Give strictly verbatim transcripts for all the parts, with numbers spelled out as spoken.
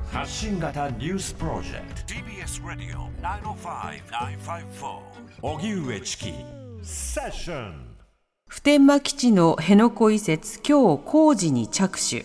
発信型ニュースプロジェクト ティービーエス ラディオきゅうまるご きゅうごよん荻上チキセッション。 普天間基地の辺野古移設、今日工事に着手。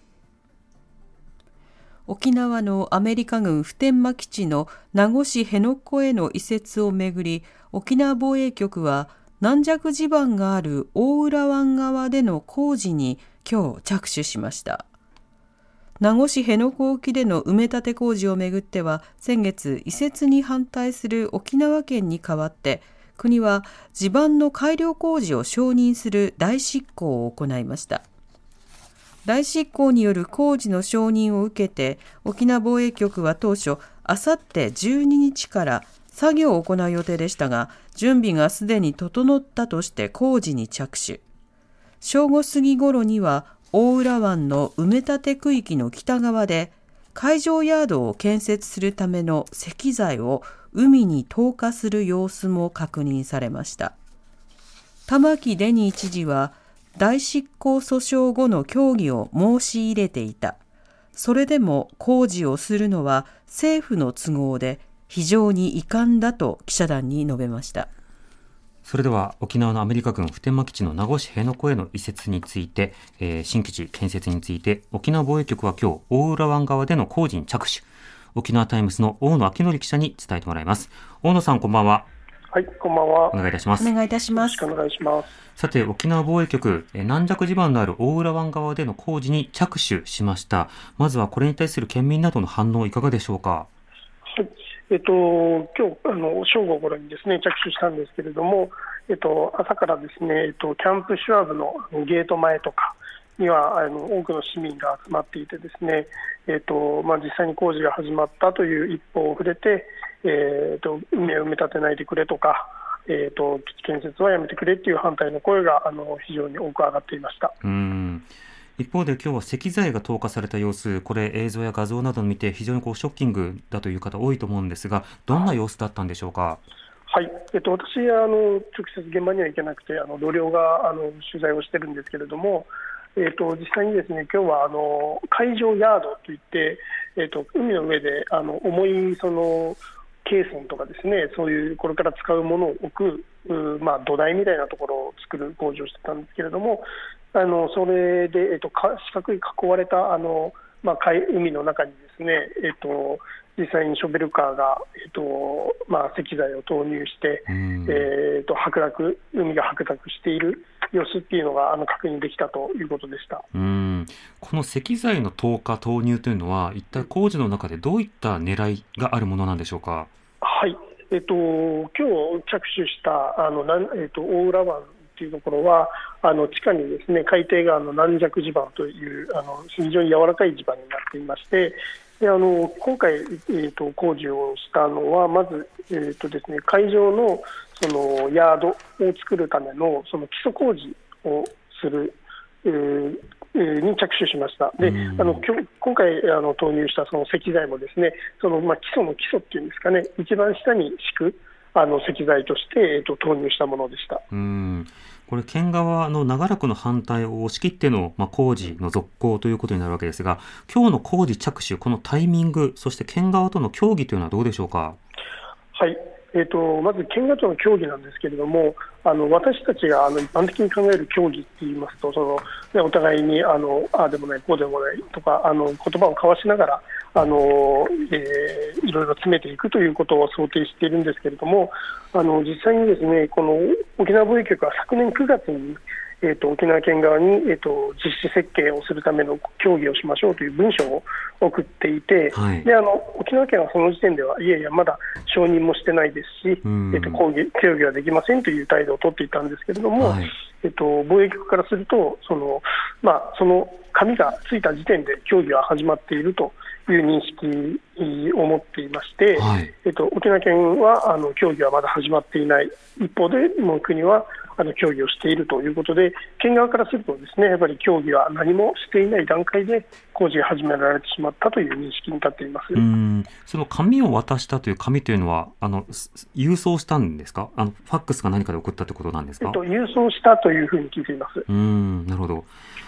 沖縄のアメリカ軍普天間基地の名護市辺野古への移設をめぐり、沖縄防衛局は軟弱地盤がある大浦湾側での工事に今日着手しました。名護市辺野古沖での埋め立て工事をめぐっては、先月移設に反対する沖縄県に代わって国は地盤の改良工事を承認する代執行を行いました。代執行による工事の承認を受けて、沖縄防衛局は当初あさってじゅうににちから作業を行う予定でしたが、準備がすでに整ったとして工事に着手。正午過ぎ頃には大浦湾の埋め立て区域の北側で海上ヤードを建設するための石材を海に投下する様子も確認されました。玉城デニー知事は代執行訴訟後の協議を申し入れていた。それでも工事をするのは政府の都合で非常に遺憾だと記者団に述べました。 それでは沖縄のアメリカ軍普天間基地の名護市辺野古への移設について、えー、新基地建設について沖縄防衛局は今日大浦湾側での工事に着手。沖縄タイムズの大野明則記者に伝えてもらいます。大野さん、こんばんは。 はい、こんばんは。 お願いいたします。 お願いいたします。 よろしくお願いします。 さて、沖縄防衛局、えー、軟弱地盤のある大浦湾側での工事に着手しました。まずはこれに対する県民などの反応いかがでしょうか。 はい、えっと今日あの正午頃にですね着手したんですけれども、えっと、朝からですね、えっと、キャンプシュワブのゲート前とかにはあの多くの市民が集まっていてですね、えっとまあ、実際に工事が始まったという一報を触れて、えっと、海を埋め立てないでくれとか、えっと、基地建設はやめてくれという反対の声があの非常に多く上がっていました。 うーん一方で今日は石材が投下された様子、これ映像や画像などを見て非常にこうショッキングだという方多いと思うんですが、どんな様子だったんでしょうか。 はい、えっと、私あの直接現場には行けなくて、あの同僚があの取材をしてるんですけれども、えっと、実際にですね今日はあの海上ヤードといって、えっと、海の上であの重いそのケーソンとかですね、そういうこれから使うものを置く、まあ、土台みたいなところを作る工事をしてたんですけれども、あのそれで、えっと、四角い囲われたあの、まあ、海, 海の中にですね、えっと、実際にショベルカーが、えっとまあ、石材を投入して、えっと、剥落海が剥落している様子っていうのがあの確認できたということでした。 うーんこの石材の投下投入というのは一体工事の中でどういった狙いがあるものなんでしょうか。 はい、えっと、今日着手したあの、えっと、大浦湾というところはあの地下にですね海底があの軟弱地盤というあの非常に柔らかい地盤になっていまして、であの今回、えー、と工事をしたのはまず、えーとですね、海上の、そのヤードを作るためのその基礎工事をする、えーえー、に着手しました。であの今日今回あの投入したその石材もですね、その、まあ、基礎の基礎っていうんですかね、一番下に敷くあの石材として、えー、と投入したものでした。 うーんこれ県側の長らくの反対を押し切っての、まあ、工事の続行ということになるわけですが、今日の工事着手、このタイミング、そして県側との協議というのはどうでしょうか。 はい、えー、とまず県側との協議なんですけれども、あの私たちがあの一般的に考える協議っていいますと、その、ね、お互いにあのああでもないこうでもないとかあの言葉を交わしながらあの、えー、いろいろ詰めていくということを想定しているんですけれども、あの実際にですねこの沖縄防衛局は昨年くがつに、えー、と沖縄県側に、えー、と実施設計をするための協議をしましょうという文書を送っていて、はい、であの沖縄県はその時点ではいやいやまだ承認もしてないですし、えー、と協議、協議はできませんという態度を取っていたんですけれども、はい、えー、と防衛局からするとその、まあ、その紙がついた時点で協議は始まっているという認識を持っていまして、はい、えっと、沖縄県はあの協議はまだ始まっていない一方でもう国はあの協議をしているということで、県側からするとですねやっぱり協議は何もしていない段階で工事が始められてしまったという認識に立っています。 うーんその紙を渡したという紙というのはあの郵送したんですか。あのファックスか何かで送ったということなんですか。 えっと、郵送したというふうに聞いています。 うーんなるほど。 は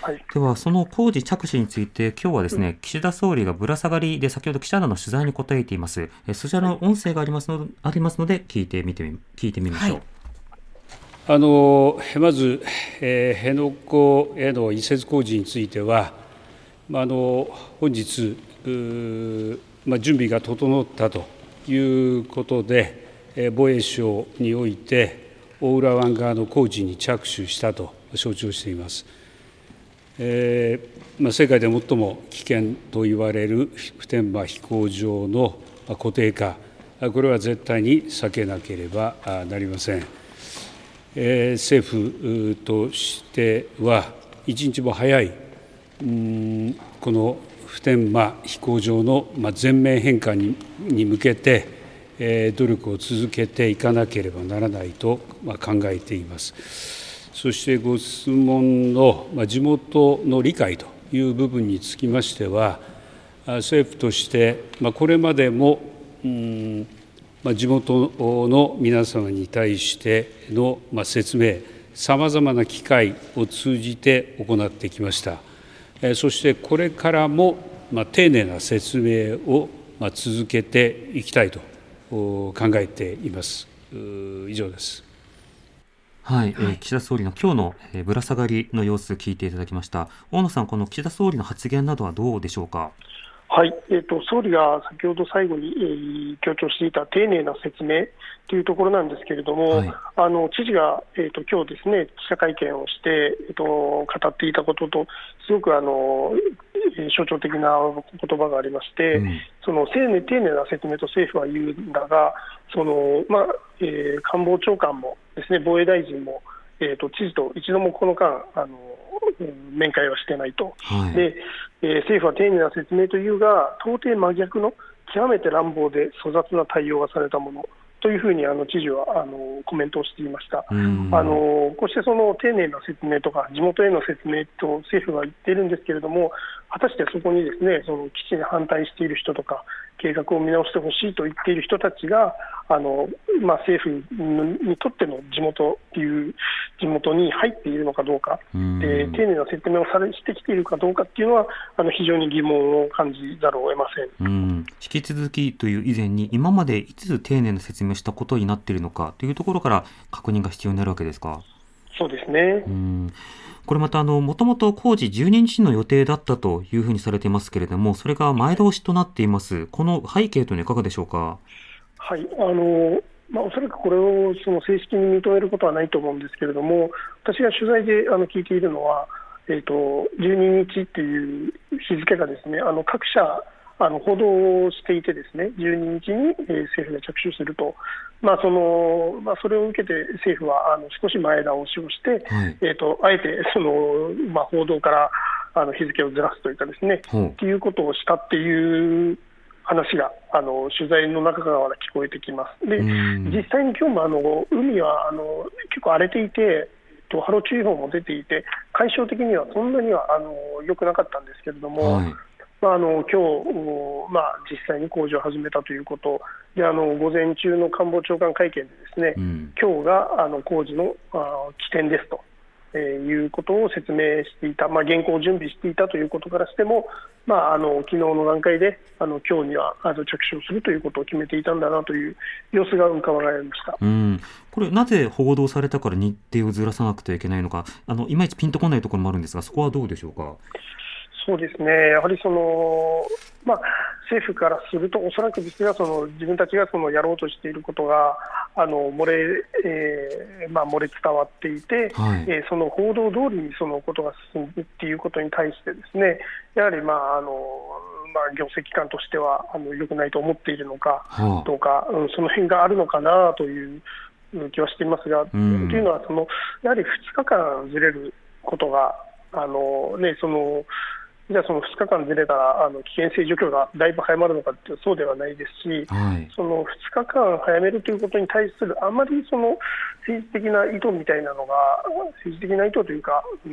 はい、 ではその工事着手について今日はですね、うん、岸田総理がぶら下がりで先ほど記者団の取材に答えています。えそちらの音声がありますので、ありますので聞いてみて聞いてみましょう。はい、 あのまず、えー、辺野古への移設工事については、まあ、あの本日、まあ、準備が整ったということで、えー、防衛省において大浦湾側の工事に着手したと承知をしています。えーまあ、世界で最も危険と言われる普天間飛行場の固定化、これは絶対に避けなければなりません。えー、政府としては、一日も早い、うんこの普天間飛行場の全面返還にに向けて、えー、努力を続けていかなければならないと、まあ、考えています。そしてご質問の、まあ、地元の理解という部分につきましては、政府として、まあ、これまでも、うんまあ、地元の皆様に対しての、まあ、説明、さまざまな機会を通じて行ってきました。そしてこれからも、まあ、丁寧な説明を、まあ、続けていきたいと考えています。以上です。 はい、えー、岸田総理の今日の、えー、ぶら下がりの様子聞いていただきました。大野さん、この岸田総理の発言などはどうでしょうか。 はい、えーと、総理が先ほど最後に、えー、強調していた丁寧な説明というところなんですけれども、はい、あの知事が、えーと、今日ですね、記者会見をして、えーと、語っていたことと、すごくあの、えー、象徴的な言葉がありまして、うん、その丁寧、丁寧な説明と政府は言うんだが、そのまあえー、官房長官もですね、防衛大臣も、えーと、知事と一度もこの間、あの面会はしてないと、はい、でえー、政府は丁寧な説明というが、到底真逆の極めて乱暴で粗雑な対応がされたものというふうにあの知事はあのコメントをしていました。あのこうしてその丁寧な説明とか地元への説明と政府は言っているんですけれども、果たしてそこにですね、その基地に反対している人とか計画を見直してほしいと言っている人たちがあの、まあ、政府にとっての地元という地元に入っているのかどうか、で丁寧な説明をされしてきているかどうかっていうのはあの非常に疑問を感じざるを得ません。 うん引き続きという以前に今までいつ丁寧な説明をしたことになっているのかというところから確認が必要になるわけですか。 そうですね。 うんこれまたもともと工事じゅうににちの予定だったというふうにされていますけれども、それが前倒しとなっています。この背景というのはいかがでしょうか。 はい、あのまあ、おそらくこれをその正式に認めることはないと思うんですけれども、私が取材であの聞いているのは、えーと、じゅうににちという日付がですね、あの各社あの報道していてですね、じゅうににちに、えー、政府が着手すると、まあそのまあ、それを受けて政府はあの少し前倒しをして、はい、えーと、あえてその、まあ、報道からあの日付をずらすというかですね、と、うん、いうことをしたっていう話があの取材の中から聞こえてきます。で、実際に今日もあの海はあの結構荒れていて、波浪注意報も出ていて、解消的にはそんなにはあの良くなかったんですけれども、はい、まあ、あの今日、まあ、実際に工事を始めたということで、あの午前中の官房長官会見でですね、うん、今日があの工事のあ起点ですと、えー、いうことを説明していた、まあ、原稿を準備していたということからしても、まあ、あの昨日の段階であの今日にはあの着手をするということを決めていたんだなという様子がうかがえました。 うん、これなぜ報道されたから日程をずらさなくてはいけないのか、あのいまいちピンとこないところもあるんですが、そこはどうでしょうか。 そうですね、やはりその、まあ、政府からすると、おそらくですが、その自分たちがそのやろうとしていることがあの漏れ、えーまあ、漏れ伝わっていて、はい、えー、その報道通りにそのことが進むということに対してですね、やはり、まああのまあ、行政機関としてはあの良くないと思っているのかどうか、うん、その辺があるのかなという気はしていますが、というのはそのやはりふつかかんずれることがあの、ね、そのじゃあそのふつかかんずれたらあの危険性除去がだいぶ早まるのかというとそうではないですし、はい、そのふつかかん早めるということに対するあまりその政治的な意図みたいなのが政治的な意図というか、うん、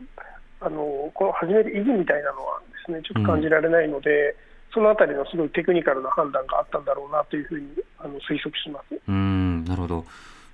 あのこの始める意義みたいなのはですねちょっと感じられないので、うん、そのあたりのすごいテクニカルな判断があったんだろうなというふうにあの推測します。 うん、なるほど。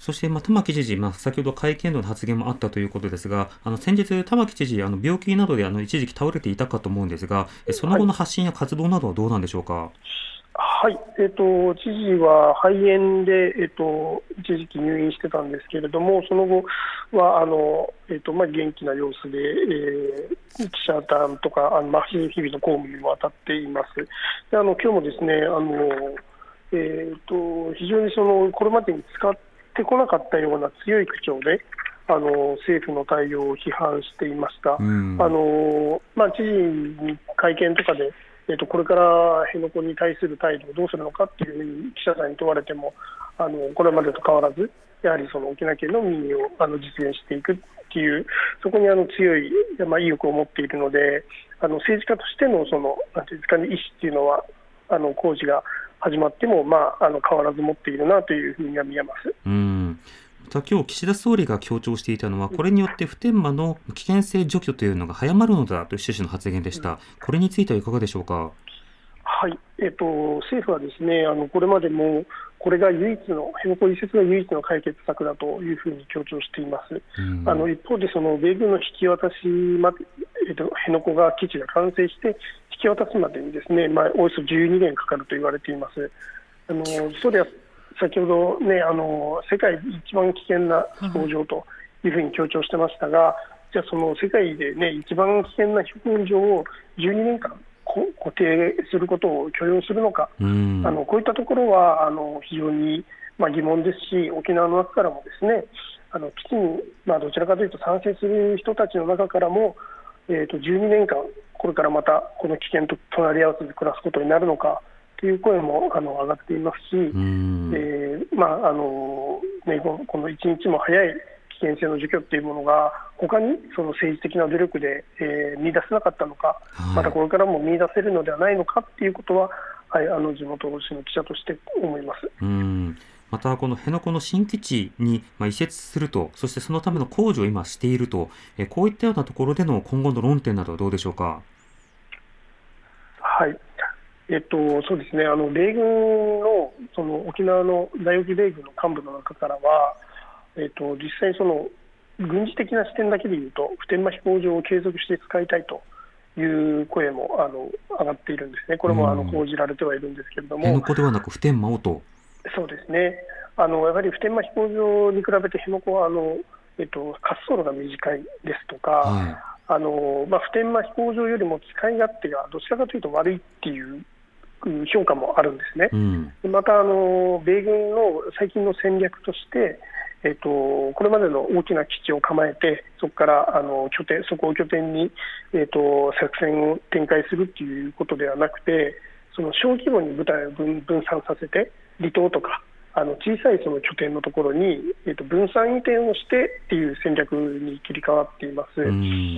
そして、まあ、玉城知事、まあ、先ほど会見での発言もあったということですが、あの先日、玉城知事、あの病気などであの一時期倒れていたかと思うんですが、その後の発信や活動などはどうなんでしょうか。 はい、えー、と知事は肺炎で、えー、と一時期入院してたんですけれども、その後はあの、えーとまあ、元気な様子で、えー、記者団とかあの、まあ、日々の公務にも当たっています。であの今日もですね、あの、えー、と非常にそのこれまでに使ってこなかったような強い口調であの政府の対応を批判していました。あの、まあ、知事に会見とかでえー、とこれから辺野古に対する態度をどうするのかというふうに記者団に問われても、あのこれまでと変わらず、やはりその沖縄県の民意をあの実現していくという、そこにあの強い、まあ、意欲を持っているので、あの政治家としてのそのなんていうんですかね、意思というのは、あの工事が始まっても、まあ、あの変わらず持っているなというふうには見えます。 うん、また今日岸田総理が強調していたのは、これによって普天間の危険性除去というのが早まるのだという趣旨の発言でした。これについてはいかがでしょうか。 はい、えー、と政府はですね、あのこれまでもこれが唯一の辺野古移設が唯一の解決策だというふうに強調しています。あの一方でその米軍の引き渡しまで、えー、と辺野古が基地が完成して引き渡すまでにですね、まあ、およそじゅうにねんかかると言われています。あのそれは先ほど、ね、あの世界で一番危険な飛行場というふうに強調してましたが、じゃあその世界で、ね、一番危険な飛行場をじゅうにねんかん固定することを許容するのか、あのこういったところはあの非常に、まあ、疑問ですし、沖縄の中からもですね、あの基地に、まあ、どちらかというと賛成する人たちの中からも、えー、とじゅうにねんかんこれからまたこの危険と隣り合わせで暮らすことになるのかという声もあの上がっていますし、えーまああのね、この一日も早い危険性の除去というものが他にその政治的な努力で、えー、見出せなかったのか、はい、またこれからも見出せるのではないのかということは、はい、あの地元紙の記者として思います。 うん、またこの辺野古の新基地に移設すると、そしてそのための工事を今していると、えー、こういったようなところでの今後の論点などはどうでしょうか。 はい、えっと、そうですね、あの米軍の、その沖縄の大沖米軍の幹部の中からは、えっと、実際その軍事的な視点だけでいうと普天間飛行場を継続して使いたいという声もあの上がっているんですね。これもあの報じられてはいるんですけれども、 辺野古ではなく普天間をと。 そうですね、あのやはり普天間飛行場に比べて辺野古はあの、えっと、滑走路が短いですとか、はい、あのまあ、普天間飛行場よりも使い勝手がどちらかというと悪いっていう評価もあるんですね。うん、またあの米軍の最近の戦略として、えっと、これまでの大きな基地を構えて、そこからあの拠点そこを拠点に、えっと、作戦を展開するということではなくて、その小規模に部隊を 分, 分散させて離島とかあの小さいその拠点のところに、えっと、分散移転をしてっていう戦略に切り替わっています。うん、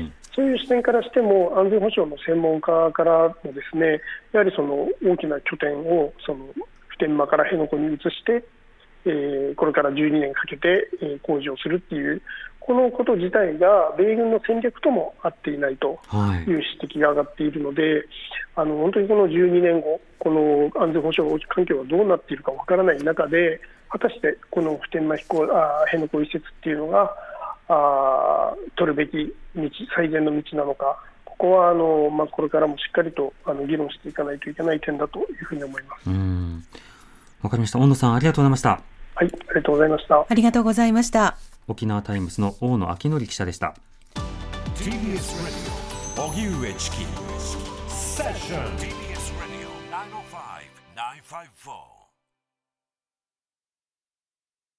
そういう視点からしても安全保障の専門家からもですね、やはりその大きな拠点をその普天間から辺野古に移してえー、これからじゅうにねんかけて、えー、工事をするっていうこのこと自体が米軍の戦略とも合っていないという指摘が上がっているので、はい、あの本当にこのじゅうにねんごこの安全保障環境がどうなっているかわからない中で、果たしてこの普天間飛行あ辺野古移設っていうのがあ取るべき道最善の道なのか、ここはあの、まあ、これからもしっかりとあの議論していかないといけない点だというふうに思います。 うん、わかりました。大野さん、ありがとうございました。 はい、ありがとうございました。 ありがとうございました。 沖縄タイムズの大野明則記者でした。 ティービーエス ラジオ荻上チキセッション ティービーエス ラジオきゅうまるご きゅうごよん